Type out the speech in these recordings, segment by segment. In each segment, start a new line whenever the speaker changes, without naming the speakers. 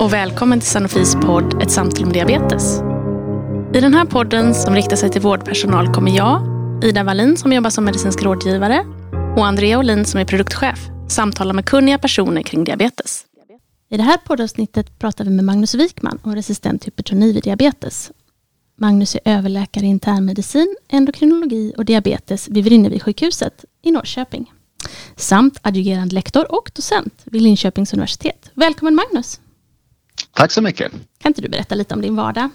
och välkommen till Sanofis podd Ett samtal om diabetes. I den här podden som riktar sig till vårdpersonal kommer jag, Ida Wallin som jobbar som medicinsk rådgivare och Andrea Olin som är produktchef samtala med kunniga personer kring diabetes. I det här poddavsnittet pratar vi med Magnus Wikman om resistent hypertoni vid diabetes. Magnus är överläkare i internmedicin, endokrinologi och diabetes vid Vrinnevi-sjukhuset i Norrköping. Samt adjungerad lektor och docent vid Linköpings universitet. Välkommen Magnus!
Tack så mycket!
Kan inte du berätta lite om din vardag?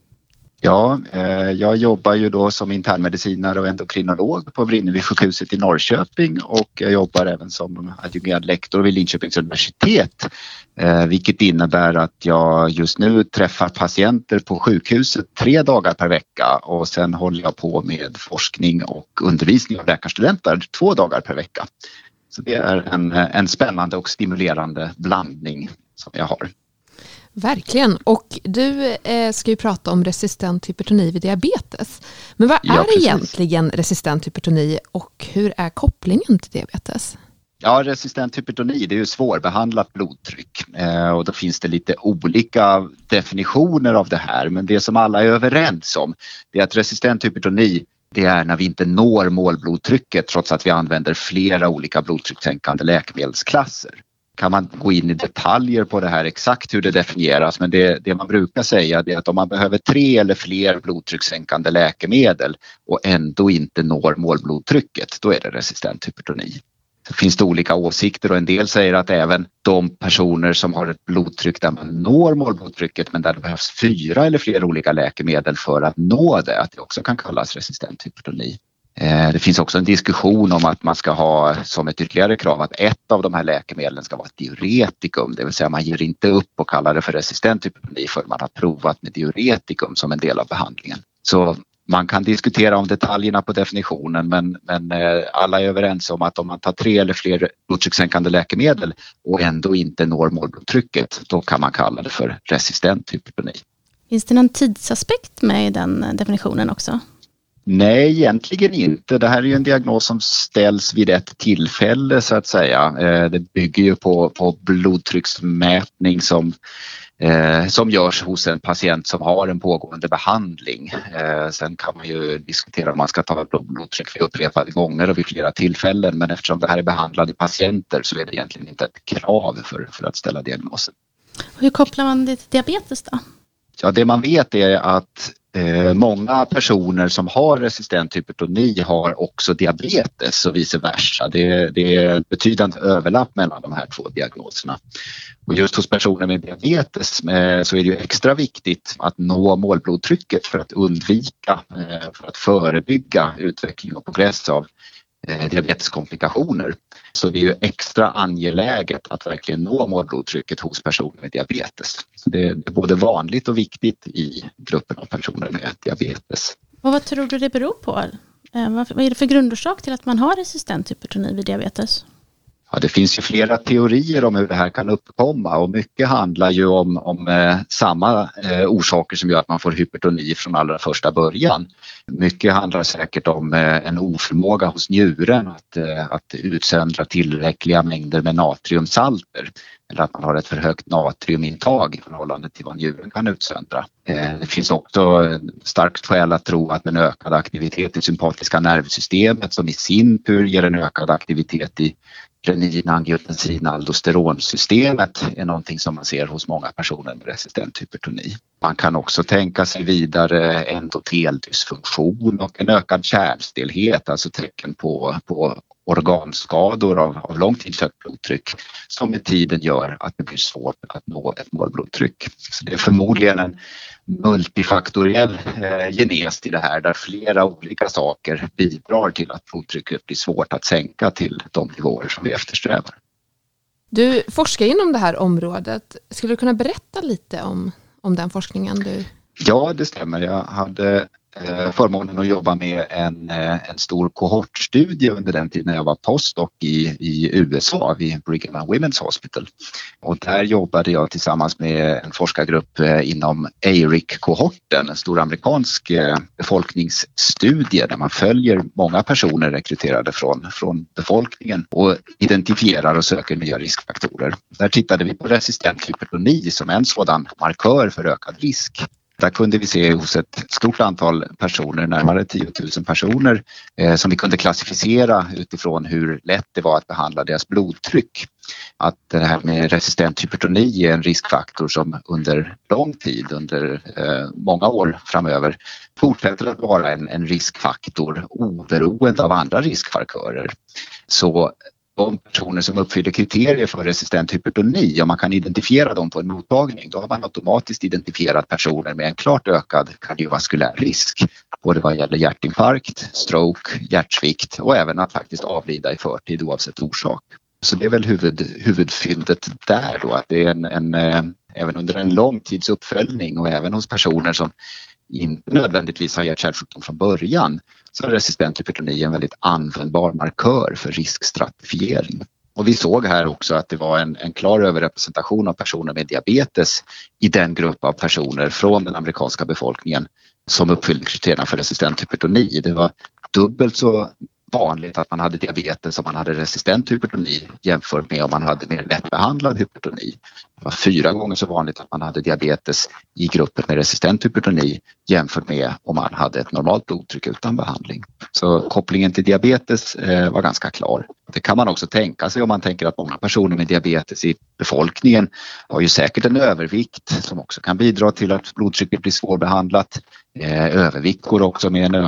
Ja, jag jobbar ju då som internmedicinare och endokrinolog på Vrinnevi-sjukhuset i Norrköping och jag jobbar även som adjungerad lektor vid Linköpings universitet. Vilket innebär att jag just nu träffar patienter på sjukhuset 3 dagar per vecka och sen håller jag på med forskning och undervisning av läkarstudenter 2 dagar per vecka. Så det är en spännande och stimulerande blandning som jag har.
Verkligen. Och du ska ju prata om resistent hypertoni vid diabetes. Men vad är egentligen resistent hypertoni och hur är kopplingen till diabetes?
Ja, resistent hypertoni det är ju svårbehandlat blodtryck och då finns det lite olika definitioner av det här. Men det som alla är överens om det är att resistent hypertoni det är när vi inte når målblodtrycket trots att vi använder flera olika blodtryckssänkande läkemedelsklasser. Kan man gå in i detaljer på det här exakt hur det definieras, men det man brukar säga är att om man behöver 3 eller fler blodtryckssänkande läkemedel och ändå inte når målblodtrycket, då är det resistent hypertoni. Det finns det olika åsikter och en del säger att även de personer som har ett blodtryck där man når målblodtrycket men där det behövs 4 eller fler olika läkemedel för att nå det, att det också kan kallas resistent hypertoni. Det finns också en diskussion om att man ska ha som ett ytterligare krav att ett av de här läkemedlen ska vara ett diuretikum. Det vill säga man ger inte upp och kallar det för resistent hypertoni för man har provat med diuretikum som en del av behandlingen. Så man kan diskutera om detaljerna på definitionen men alla är överens om att om man tar 3 eller fler blodtryckssänkande läkemedel och ändå inte når målblodtrycket, då kan man kalla det för resistent hypertoni.
Finns det någon tidsaspekt med i den definitionen också?
Nej, egentligen inte. Det här är ju en diagnos som ställs vid ett tillfälle så att säga. Det bygger ju på blodtrycksmätning som görs hos en patient som har en pågående behandling. Sen kan man ju diskutera om man ska ta blodtryck vid upprepade gånger och vid flera tillfällen. Men eftersom det här är behandlade patienter så är det egentligen inte ett krav för att ställa diagnosen.
Hur kopplar man det till diabetes då? Ja,
det man vet är att många personer som har resistent hypertoni har också diabetes och vice versa. Det är betydande överlapp mellan de här 2 diagnoserna. Och just hos personer med diabetes så är det ju extra viktigt att nå målblodtrycket för att undvika, för att förebygga utveckling och progress av diabeteskomplikationer. Så det är ju extra angeläget att verkligen nå målblodtrycket hos personer med diabetes. Så det är både vanligt och viktigt i gruppen av personer med diabetes.
Och vad tror du det beror på? Vad är det för grundorsak till att man har resistent hypertoni vid diabetes?
Ja, det finns ju flera teorier om hur det här kan uppkomma och mycket handlar ju om samma orsaker som gör att man får hypertoni från allra första början. Mycket handlar säkert om en oförmåga hos njuren att utsöndra tillräckliga mängder med natriumsalter eller att man har ett för högt natriumintag i förhållande till vad njuren kan utsöndra. Det finns också starkt skäl att tro att en ökad aktivitet i sympatiska nervsystemet som i sin tur ger en ökad aktivitet i renin, angiotensin, aldosteronsystemet är någonting som man ser hos många personer med resistent hypertoni. Man kan också tänka sig vidare endoteldysfunktion och en ökad kärnstelhet, alltså tecken på organskador av långtidshögt blodtryck som med tiden gör att det blir svårt att nå ett målblodtryck. Så det är förmodligen en multifaktoriell genes till det här där flera olika saker bidrar till att blodtrycket blir svårt att sänka till de nivåer som vi eftersträvar.
Du forskar inom det här området. Skulle du kunna berätta lite om den forskningen du...
Ja, det stämmer. Jag hade förmånen att jobba med en stor kohortstudie under den tiden när jag var postdoc i USA vid Brigham and Women's Hospital. Och där jobbade jag tillsammans med en forskargrupp inom ARIC-kohorten, en stor amerikansk befolkningsstudie där man följer många personer rekryterade från befolkningen och identifierar och söker nya riskfaktorer. Där tittade vi på resistent hypertoni som en sådan markör för ökad risk. Där kunde vi se hos ett stort antal personer, närmare 10 000 personer, som vi kunde klassificera utifrån hur lätt det var att behandla deras blodtryck. Att det här med resistent hypertoni är en riskfaktor som under lång tid, under många år framöver, fortsätter att vara en riskfaktor oberoende av andra riskmarkörer. Så de personer som uppfyller kriterier för resistent hypertoni, om man kan identifiera dem på en mottagning, då har man automatiskt identifierat personer med en klart ökad kardiovaskulär risk. Både vad gäller hjärtinfarkt, stroke, hjärtsvikt och även att faktiskt avlida i förtid oavsett orsak. Så det är väl huvudfyndet där då, att det är även under en lång tids uppföljning och även hos personer som inte nödvändigtvis har hjärt-kärlsjukdom från början, så är resistent hypertoni en väldigt användbar markör för riskstratifiering. Och vi såg här också att det var en klar överrepresentation av personer med diabetes i den grupp av personer från den amerikanska befolkningen som uppfyllde kriterierna för resistent hypertoni. Det var dubbelt så vanligt att man hade diabetes om man hade resistent hypertoni jämfört med om man hade mer lättbehandlad hypertoni. Det var 4 gånger så vanligt att man hade diabetes i gruppen med resistent hypertoni jämfört med om man hade ett normalt blodtryck utan behandling. Så kopplingen till diabetes var ganska klar. Det kan man också tänka sig om man tänker att många personer med diabetes i befolkningen har ju säkert en övervikt som också kan bidra till att blodtrycket blir svårbehandlat. Övervikt går också med en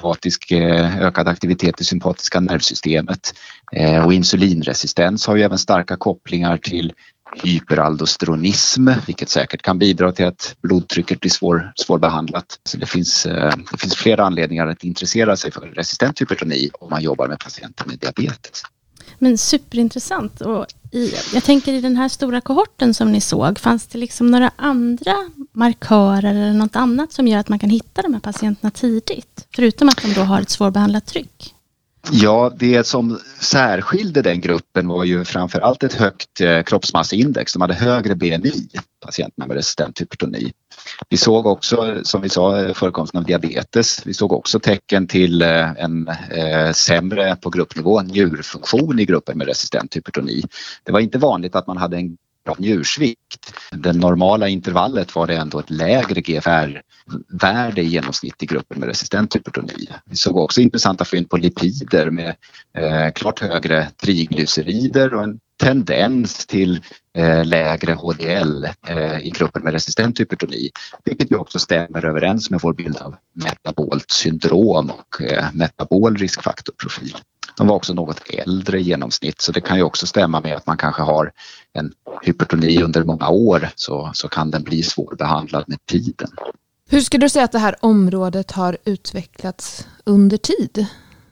ökad aktivitet i sympatiska nervsystemet. Och insulinresistens har ju även starka kopplingar till hyperaldosteronism, vilket säkert kan bidra till att blodtrycket blir svårbehandlat. Så det finns flera anledningar att intressera sig för resistent hypertoni om man jobbar med patienter med diabetes.
Men superintressant. Och jag tänker i den här stora kohorten som ni såg, fanns det liksom några andra markörer eller något annat som gör att man kan hitta de här patienterna tidigt? Förutom att de då har ett svårbehandlat tryck.
Ja, det som särskilde den gruppen var ju framförallt ett högt kroppsmassindex. De hade högre BMI, patienterna med resistent hypertoni. Vi såg också, som vi sa, förekomsten av diabetes. Vi såg också tecken till en sämre på gruppnivå njurfunktion i gruppen med resistent hypertoni. Det var inte vanligt att man hade en njursvikt. Det normala intervallet var det ändå ett lägre GFR-värde i genomsnitt i gruppen med resistent hypertoni. Vi såg också intressanta fynd på lipider med klart högre triglycerider och en tendens till lägre HDL i gruppen med resistent hypertoni, vilket ju också stämmer överens med vår bild av metabolt syndrom och metabol riskfaktorprofil. De var också något äldre i genomsnitt, så det kan ju också stämma med att man kanske har en hypertoni under många år, så kan den bli svårbehandlad med tiden.
Hur skulle du säga att det här området har utvecklats under tid?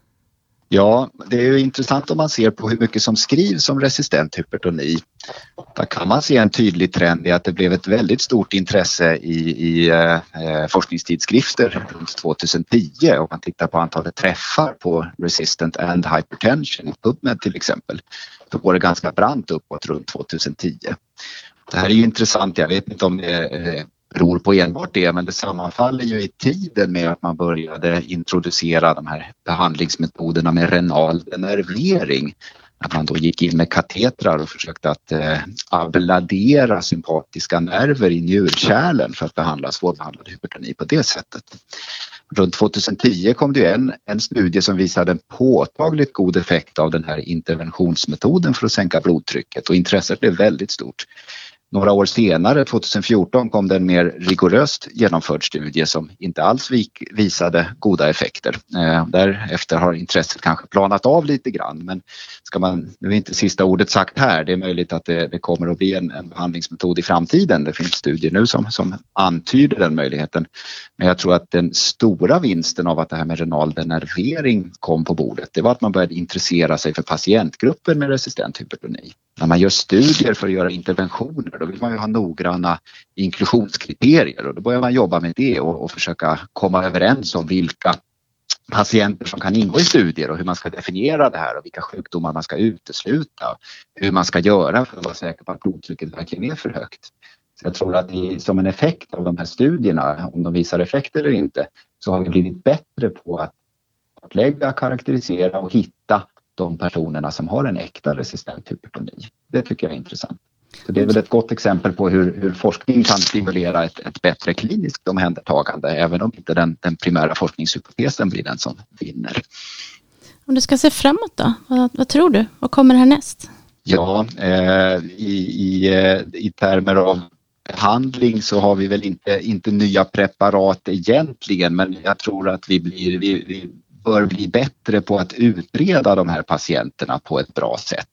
Ja, det är ju intressant om man ser på hur mycket som skrivs om resistent hypertoni. Där kan man se en tydlig trend i att det blev ett väldigt stort intresse i forskningstidskrifter runt 2010. Om man tittar på antalet träffar på resistant and hypertension, PubMed till exempel, då går det ganska brant uppåt runt 2010. Det här är ju intressant, jag vet inte om det beror på enbart det, men det sammanfaller ju i tiden med att man började introducera de här behandlingsmetoderna med renal denervering. Att man då gick in med katetrar och försökte att abladera sympatiska nerver i njurkärlen för att behandla svårbehandlad hypertoni på det sättet. Runt 2010 kom det en studie som visade en påtagligt god effekt av den här interventionsmetoden för att sänka blodtrycket, och intresset blev väldigt stort. Några år senare, 2014, kom det en mer rigoröst genomförd studie som inte alls visade goda effekter. Därefter har intresset kanske planat av lite grann, men nu är inte sista ordet sagt här. Det är möjligt att det kommer att bli en behandlingsmetod i framtiden. Det finns studier nu som antyder den möjligheten. Men jag tror att den stora vinsten av att det här med renal denervering kom på bordet, det var att man började intressera sig för patientgrupper med resistent hypertoni. när man gör studier för att göra interventioner, då vill man ju ha noggranna inklusionskriterier och då börjar man jobba med det och försöka komma överens om vilka patienter som kan ingå i studier och hur man ska definiera det här och vilka sjukdomar man ska utesluta, hur man ska göra för att vara säker på att blodtrycket verkligen är för högt. Så jag tror att som en effekt av de här studierna, om de visar effekt eller inte, så har vi blivit bättre på att lägga, karaktärisera och hitta de personerna som har en äkta resistent hypertoni. Det tycker jag är intressant. Så det är väl ett gott exempel på hur forskning kan stimulera ett bättre kliniskt omhändertagande, även om inte den primära forskningshypotesen blir den som vinner.
Om du ska se framåt då, vad tror du? Vad kommer härnäst?
Ja, i termer av behandling så har vi väl inte nya preparat egentligen, men jag tror att vi bör bli bättre på att utreda de här patienterna på ett bra sätt.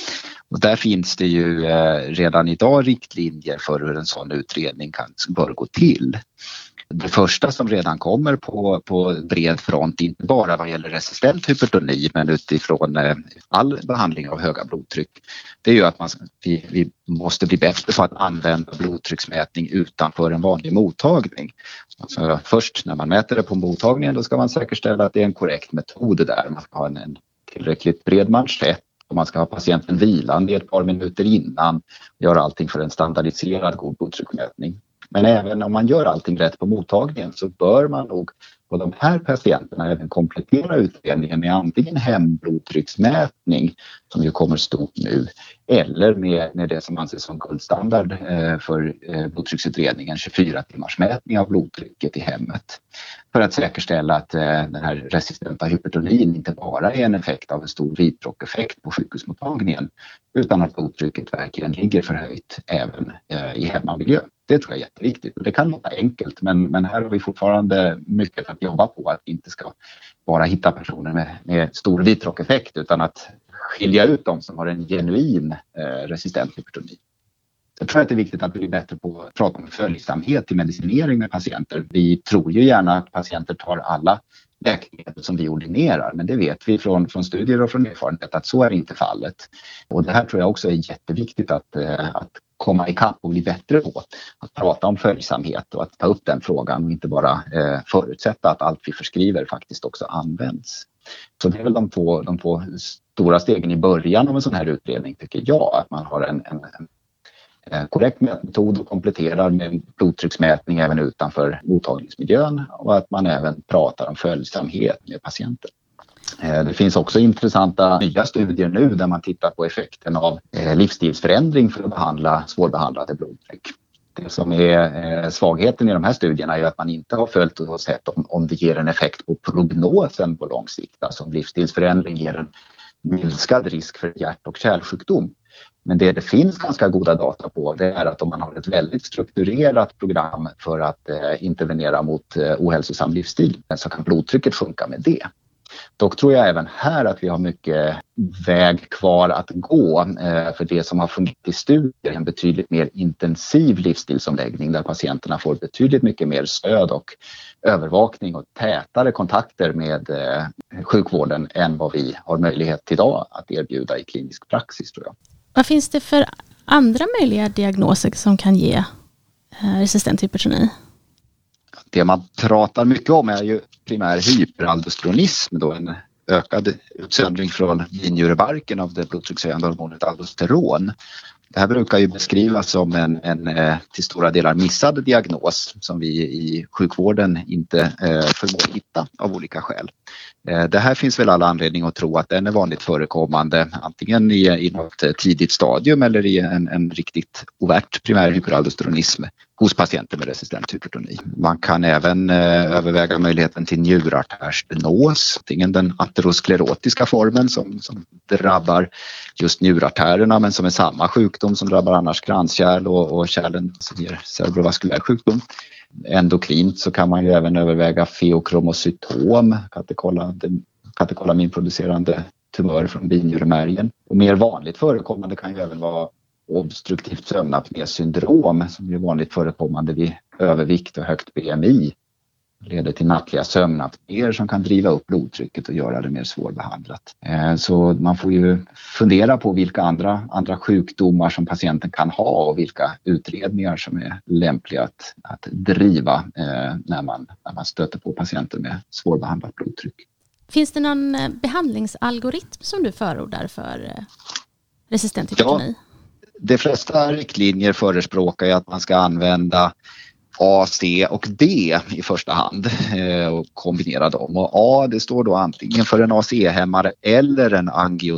Och där finns det ju redan idag riktlinjer för hur en sån utredning bör gå till. Det första som redan kommer på bred front, inte bara vad gäller resistent hypertoni men utifrån all behandling av höga blodtryck, det är ju att vi måste bli bättre på att använda blodtrycksmätning utanför en vanlig mottagning. Alltså först när man mäter det på mottagningen, då ska man säkerställa att det är en korrekt metod där. Man ska ha en tillräckligt bred manschett och man ska ha patienten vilande ett par minuter innan och göra allting för en standardiserad god blodtrycksmätning. Men även om man gör allting rätt på mottagningen så bör man nog på de här patienterna även komplettera utredningen med antingen hemblodtrycksmätning, som ju kommer stort nu, eller med det som anses som guldstandard för blodtrycksutredningen, 24 timmars mätning av blodtrycket i hemmet. För att säkerställa att den här resistenta hypertonin inte bara är en effekt av en stor vitrockeffekt på sjukhusmottagningen, utan att blodtrycket verkligen ligger förhöjt även i hemmamiljö. Det tror jag är jätteviktigt. Det kan låta enkelt, men här har vi fortfarande mycket att jobba på. Att inte ska bara hitta personer med stor vitrockeffekt, utan att skilja ut dem som har en genuin resistent hypertoni. Jag tror att det är viktigt att vi blir bättre på att prata om följsamhet till medicinering med patienter. Vi tror ju gärna att patienter tar alla läkemedel som vi ordinerar, men det vet vi från studier och från erfarenhet att så är inte fallet. Och det här tror jag också är jätteviktigt att komma ikapp och bli bättre på. Att prata om följsamhet och att ta upp den frågan och inte bara förutsätta att allt vi förskriver faktiskt också används. Så det är väl de två stora stegen i början av en sån här utredning, tycker jag. Att man har en korrekt mätmetod och kompletterar med blodtrycksmätning även utanför mottagningsmiljön och att man även pratar om följsamhet med patienten. Det finns också intressanta nya studier nu där man tittar på effekten av livsstilsförändring för att behandla svårbehandlade blodtryck. Det som är svagheten i de här studierna är att man inte har följt och sett om det ger en effekt på prognosen på lång sikt. Alltså om livsstilsförändring ger en minskad risk för hjärt- och kärlsjukdom. Men det finns ganska goda data på, det är att om man har ett väldigt strukturerat program för att intervenera mot ohälsosam livsstil, så kan blodtrycket sjunka med det. Dock tror jag även här att vi har mycket väg kvar att gå, för det som har fungerat i studier, en betydligt mer intensiv livsstilsomläggning där patienterna får betydligt mycket mer stöd och övervakning och tätare kontakter med sjukvården än vad vi har möjlighet idag att erbjuda i klinisk praxis, tror jag.
Vad finns det för andra möjliga diagnoser som kan ge resistent hypertoni?
Det man pratar mycket om är ju primär hyperaldosteronism, då en ökad utsöndring från binjurebarken av det blodtryckshöjande hormonet aldosteron. Det här brukar ju beskrivas som en till stora delar missad diagnos som vi i sjukvården inte förmår hitta av olika skäl. Det här finns väl alla anledning att tro att den är vanligt förekommande antingen i något tidigt stadium eller i en riktigt overt primär hyperaldosteronism hos patienter med resistent hypertoni. Man kan även överväga möjligheten till njurartärstenos, antingen den aterosklerotiska formen som drabbar just njurartärerna men som är samma sjukdom som drabbar annars kranskärl och kärlen som ger cerebrovaskulär sjukdom. Endokrint så kan man ju även överväga feokromocytom, katekolaminproducerande tumör från binjuremärgen. Och mer vanligt förekommande kan ju även vara obstruktivt sömnapnésyndrom som är vanligt förekommande vid övervikt och högt BMI. leder till nattliga sömnapnéer som kan driva upp blodtrycket och göra det mer svårbehandlat. Så man får ju fundera på vilka andra sjukdomar som patienten kan ha och vilka utredningar som är lämpliga att driva när man stöter på patienter med svårbehandlat blodtryck.
Finns det någon behandlingsalgoritm som du förordar för resistent hypertoni?
Ja, de flesta riktlinjer förespråkar ju att man ska använda A, C och D i första hand och kombinera dem. Och A, det står då antingen för en ACE-hämmare eller en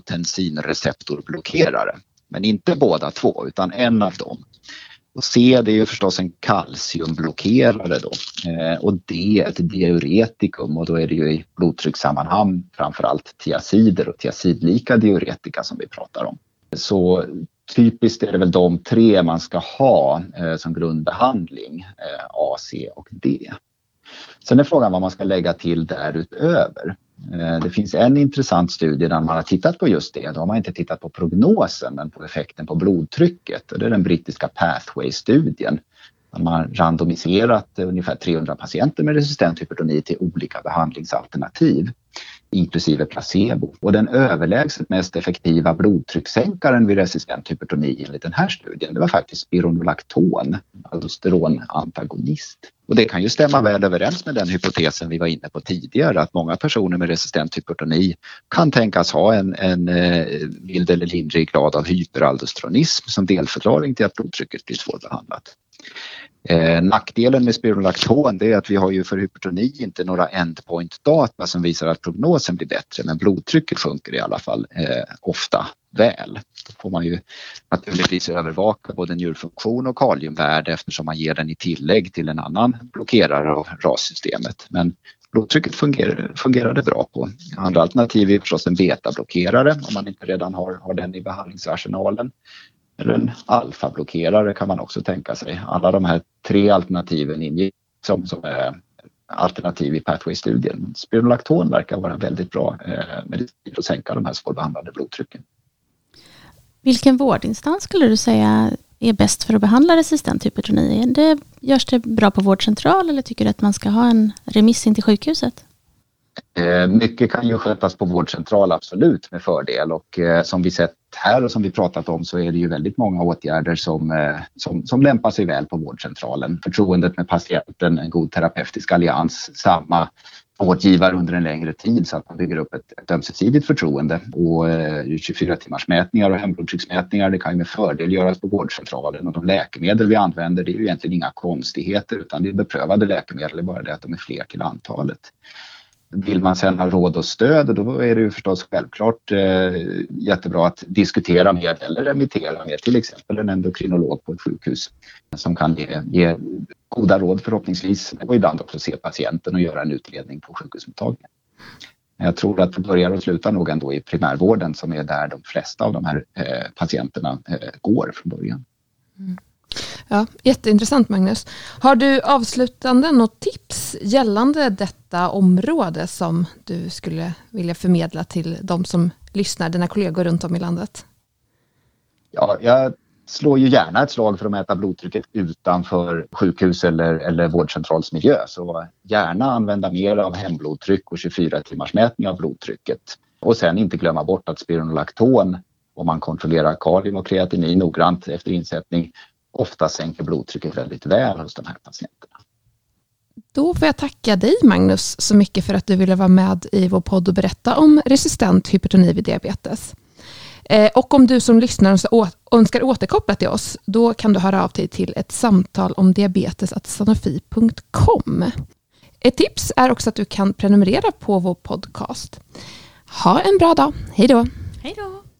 angiotensinreceptorblockerare. Men inte båda två utan en av dem. Och C, det är ju förstås en kalciumblockerare då. Och D, ett diuretikum, och då är det ju i blodtryckssammanhang framförallt tiazider och tiazidlika diuretika som vi pratar om. Så typiskt är det väl de 3 man ska ha som grundbehandling, A, C och D. Sen är frågan vad man ska lägga till därutöver. Det finns en intressant studie där man har tittat på just det. Då har man inte tittat på prognosen men på effekten på blodtrycket. Och det är den brittiska Pathway-studien. Man har randomiserat ungefär 300 patienter med resistent hypertoni till olika behandlingsalternativ, inklusive placebo. Och den överlägset mest effektiva blodtryckssänkaren vid resistent hypertoni enligt den här studien, det var faktiskt spironolakton, aldosteronantagonist. Och det kan ju stämma väl överens med den hypotesen vi var inne på tidigare, att många personer med resistent hypertoni kan tänkas ha en mild eller lindrig grad av hyperaldosteronism som delförklaring till att blodtrycket blir svårbehandlat. Nackdelen med spironolakton är att vi har ju för hypertoni inte några endpoint-data som visar att prognosen blir bättre, men blodtrycket sjunker i alla fall ofta väl. Då får man ju naturligtvis övervaka både njurfunktion och kaliumvärde eftersom man ger den i tillägg till en annan blockerare av RAS-systemet. Men blodtrycket fungerade bra på. Andra alternativ är förstås en betablockerare om man inte redan har den i behandlingsarsenalen. Eller en alfablockerare kan man också tänka sig. Alla de här 3 alternativen ingick som alternativ i Pathway-studien. Spironolakton verkar vara väldigt bra medicin att sänka de här svårbehandlade blodtrycken.
Vilken vårdinstans skulle du säga är bäst för att behandla resistent hypertoni? Görs det bra på vårdcentral eller tycker du att man ska ha en remiss in till sjukhuset?
Mycket kan ju skötas på vårdcentral, absolut, med fördel, och som vi sett här och som vi pratat om så är det ju väldigt många åtgärder som lämpar sig väl på vårdcentralen. Förtroendet med patienten, en god terapeutisk allians, samma vårdgivare under en längre tid så att man bygger upp ett ömsesidigt förtroende. Och 24-timmarsmätningar och hemblodtrycksmätningar, det kan ju med fördel göras på vårdcentralen, och de läkemedel vi använder, det är ju egentligen inga konstigheter utan det är beprövade läkemedel, det är bara det att de är fler till antalet. Vill man sedan ha råd och stöd, då är det ju förstås självklart jättebra att diskutera med eller remittera med till exempel en endokrinolog på ett sjukhus som kan ge goda råd förhoppningsvis, och ibland också se patienten och göra en utredning på sjukhusmottagningen. Jag tror att det börjar och slutar nog ändå i primärvården som är där de flesta av de här patienterna går från början.
Mm. Ja, jätteintressant, Magnus. Har du avslutande något tips gällande detta område som du skulle vilja förmedla till de som lyssnar, dina kollegor runt om i landet?
Ja, jag slår ju gärna ett slag för att mäta blodtrycket utanför sjukhus eller vårdcentralsmiljö. Så gärna använda mer av hemblodtryck och 24-timmarsmätning av blodtrycket. Och sen inte glömma bort att spironolakton, om man kontrollerar kalium och kreatinin noggrant efter insättning, ofta sänker blodtrycket väldigt väl hos de här patienterna.
Då får jag tacka dig, Magnus, så mycket för att du ville vara med i vår podd och berätta om resistent hypertoni vid diabetes. Och om du som lyssnar önskar återkoppla till oss, då kan du höra av dig till ett samtal om diabetes@sanofi.com. Ett tips är också att du kan prenumerera på vår podcast. Ha en bra dag. Hej då!
Hej då!